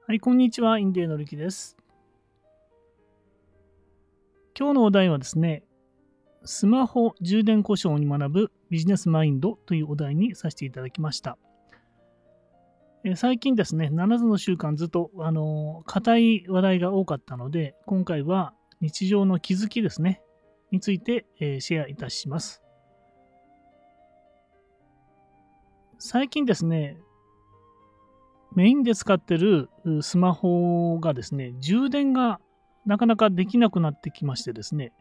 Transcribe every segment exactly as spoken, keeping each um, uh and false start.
はい、こんにちは。インディアのりきです。今日のお題はですね、スマホ充電故障に学ぶビジネスマインドというお題にさせていただきました。えー最近ですね、ななつの習慣ずっと、あのー硬い話題が多かったので、今回は日常の気づきですね、について、えーシェアいたします。最近ですね、メインで使ってるうスマホがですね、充電がなかなかできなくなってきましてですね、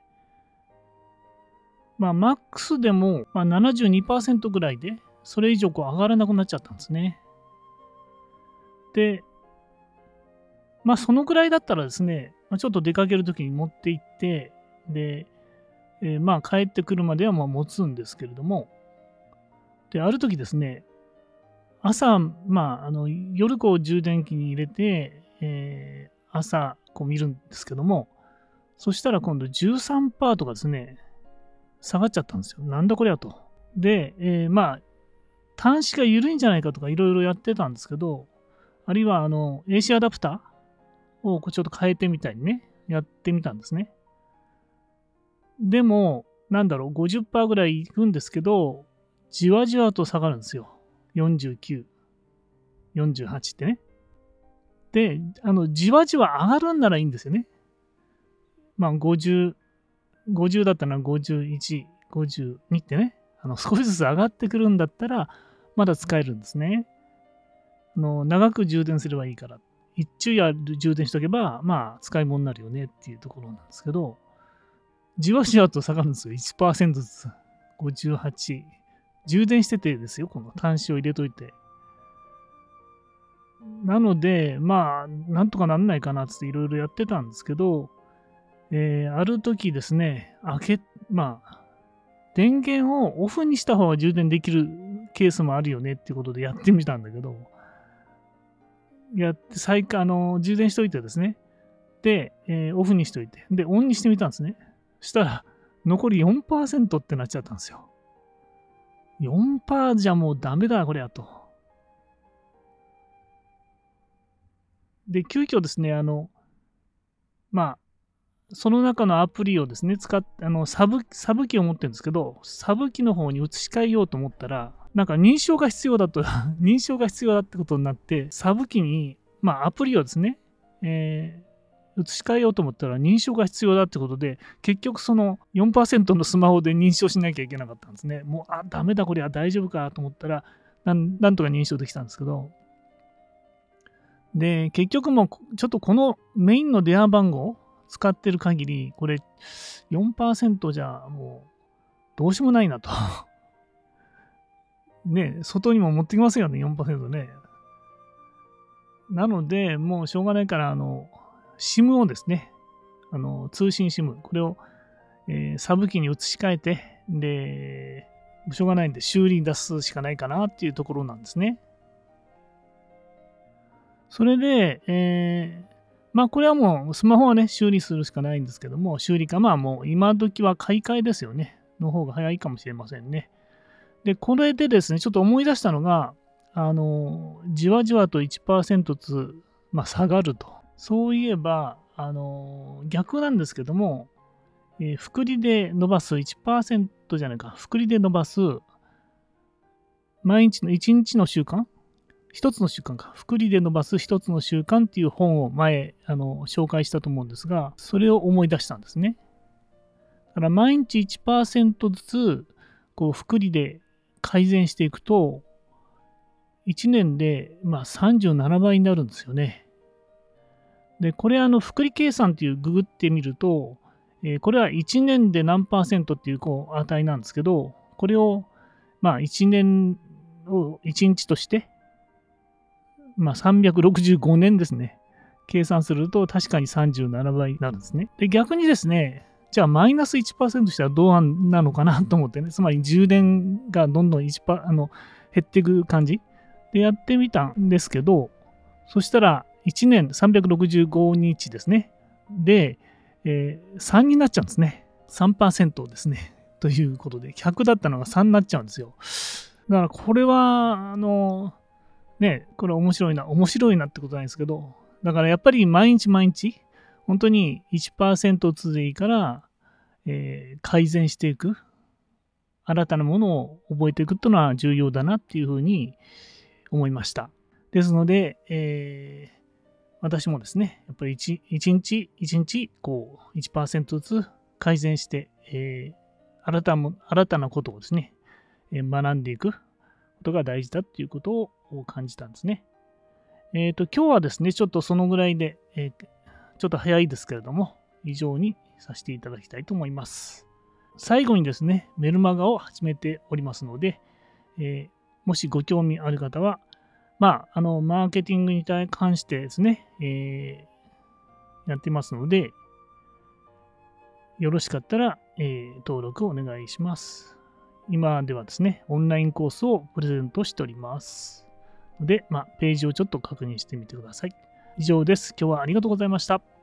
まあ、マックスでも、まあ、ななじゅうにパーセントぐらいで、それ以上こう上がらなくなっちゃったんですね。で、まあ、そのぐらいだったらですね、まあ、ちょっと出かけるときに持って行って、で、えーまあ、帰ってくるまではまあ持つんですけれども、で、ある時ですね、朝、まあ、あの夜こう充電器に入れて、えー朝こう見るんですけども、そしたら今度じゅうさんパーセントとかですね、下がっちゃったんですよ。なんだこりゃと。で、えーまあ、端子が緩いんじゃないかとかいろいろやってたんですけど、あるいはあの エーシー アダプターをこうちょっと変えてみたりね、やってみたんですね。でも、なんだろう、ごじゅっパーセントぐらいいくんですけど、じわじわと下がるんですよ。よんじゅうきゅう、よんじゅうはちってね。で、あの、じわじわ上がるんならいいんですよね。まあ、ごじゅう、ごじゅうだったらごじゅういち、ごじゅうにってね、あの少しずつ上がってくるんだったら、まだ使えるんですね。あの長く充電すればいいから、一昼夜充電しとけば、まあ、使い物になるよねっていうところなんですけど、じわじわと下がるんですよ。いちパーセントずつ。ごじゅうはち。充電しててですよ、この端子を入れといて。なので、まあ、なんとかなんないかなっていろいろやってたんですけど、えーある時ですね、開け、まあ、電源をオフにした方が充電できるケースもあるよねっていうことでやってみたんだけど、やって、再開、あの、充電しといてですね。で、えーオフにしといて。で、オンにしてみたんですね。そしたら、残りよんパーセントってなっちゃったんですよ。よんパーセントじゃもうダメだ、これやと。で、急遽ですね、あの、まあ、その中のアプリをですね、使って、あの、サブ、サブ機を持ってるんですけど、サブ機の方に移し替えようと思ったら、なんか認証が必要だと、認証が必要だってことになって、サブ機に、まあ、アプリをですね、えー移し替えようと思ったら認証が必要だってことで、結局そのよんパーセントのスマホで認証しなきゃいけなかったんですね。もう、あ、ダメだ、これは大丈夫かと思ったら、なんなんとか認証できたんですけど、で、結局もう、ちょっとこのメインの電話番号使ってる限り、これよんパーセントじゃもうどうしようもないなと。ね、外にも持ってきますよね、よんパーセントね。なので、もうしょうがないから、あの、SIM をですね、あの通信 SIM、これを、えーサブ機に移し替えて、で、しょうがないんで修理に出すしかないかなっていうところなんですね。それで、えーまあこれはもうスマホはね、修理するしかないんですけども、修理か、まあもう今時は買い替えですよね。の方が早いかもしれませんね。で、これでですね、ちょっと思い出したのが、あの、じわじわといちパーセントずつ、まあ、下がると。そういえば、あの、逆なんですけども、えー、複利で伸ばすいちパーセントじゃないか、複利で伸ばす毎日のいちにちの習慣一つの習慣か。複利で伸ばす一つの習慣っていう本を前、あの、紹介したと思うんですが、それを思い出したんですね。だから毎日いちパーセントずつ、こう、複利で改善していくと、いちねんで、まあ、さんじゅうななばいになるんですよね。で、これ、あの、複利計算っていうググってみると、えーこれはいちねんで何パーセントっていうこう値なんですけど、これを、まあ、いちねんをいちにちとして、まあ、さんびゃくろくじゅうごねんですね。計算すると確かにさんじゅうななばいになるんですね。で、逆にですね、じゃあマイナスいちパーセントしたらどうなのかなと思ってね、つまり充電がどんどんいちパーセントあの減っていく感じでやってみたんですけど、そしたらいちねんさんびゃくろくじゅうごにちですね。で、えーさんになっちゃうんですね。さんパーセントですね。ということで、ひゃくだったのがさんになっちゃうんですよ。だからこれは、あの、ね、これ面白いな、面白いなってことないんですけど、 だからやっぱり毎日毎日、本当にいちパーセントずつでいいから、えー改善していく。新たなものを覚えていくっていうのは重要だなっていうふうに思いました。ですので、えー私もですね、やっぱり 1, 1日1日こう いちパーセント ずつ改善して、えー新たな新たなことをですね、えー学んでいくことが大事だっていうことを感じたんですね。えっ、と、今日はですね、ちょっとそのぐらいで、えーちょっと早いですけれども、以上にさせていただきたいと思います。最後にですね、メルマガを始めておりますので、えーもしご興味ある方は、まあ、あの、マーケティングに関してですね、えーやってますので、よろしかったら、えー登録をお願いします。今ではですね、オンラインコースをプレゼントしております。ので、まあ、ページをちょっと確認してみてください。以上です。今日はありがとうございました。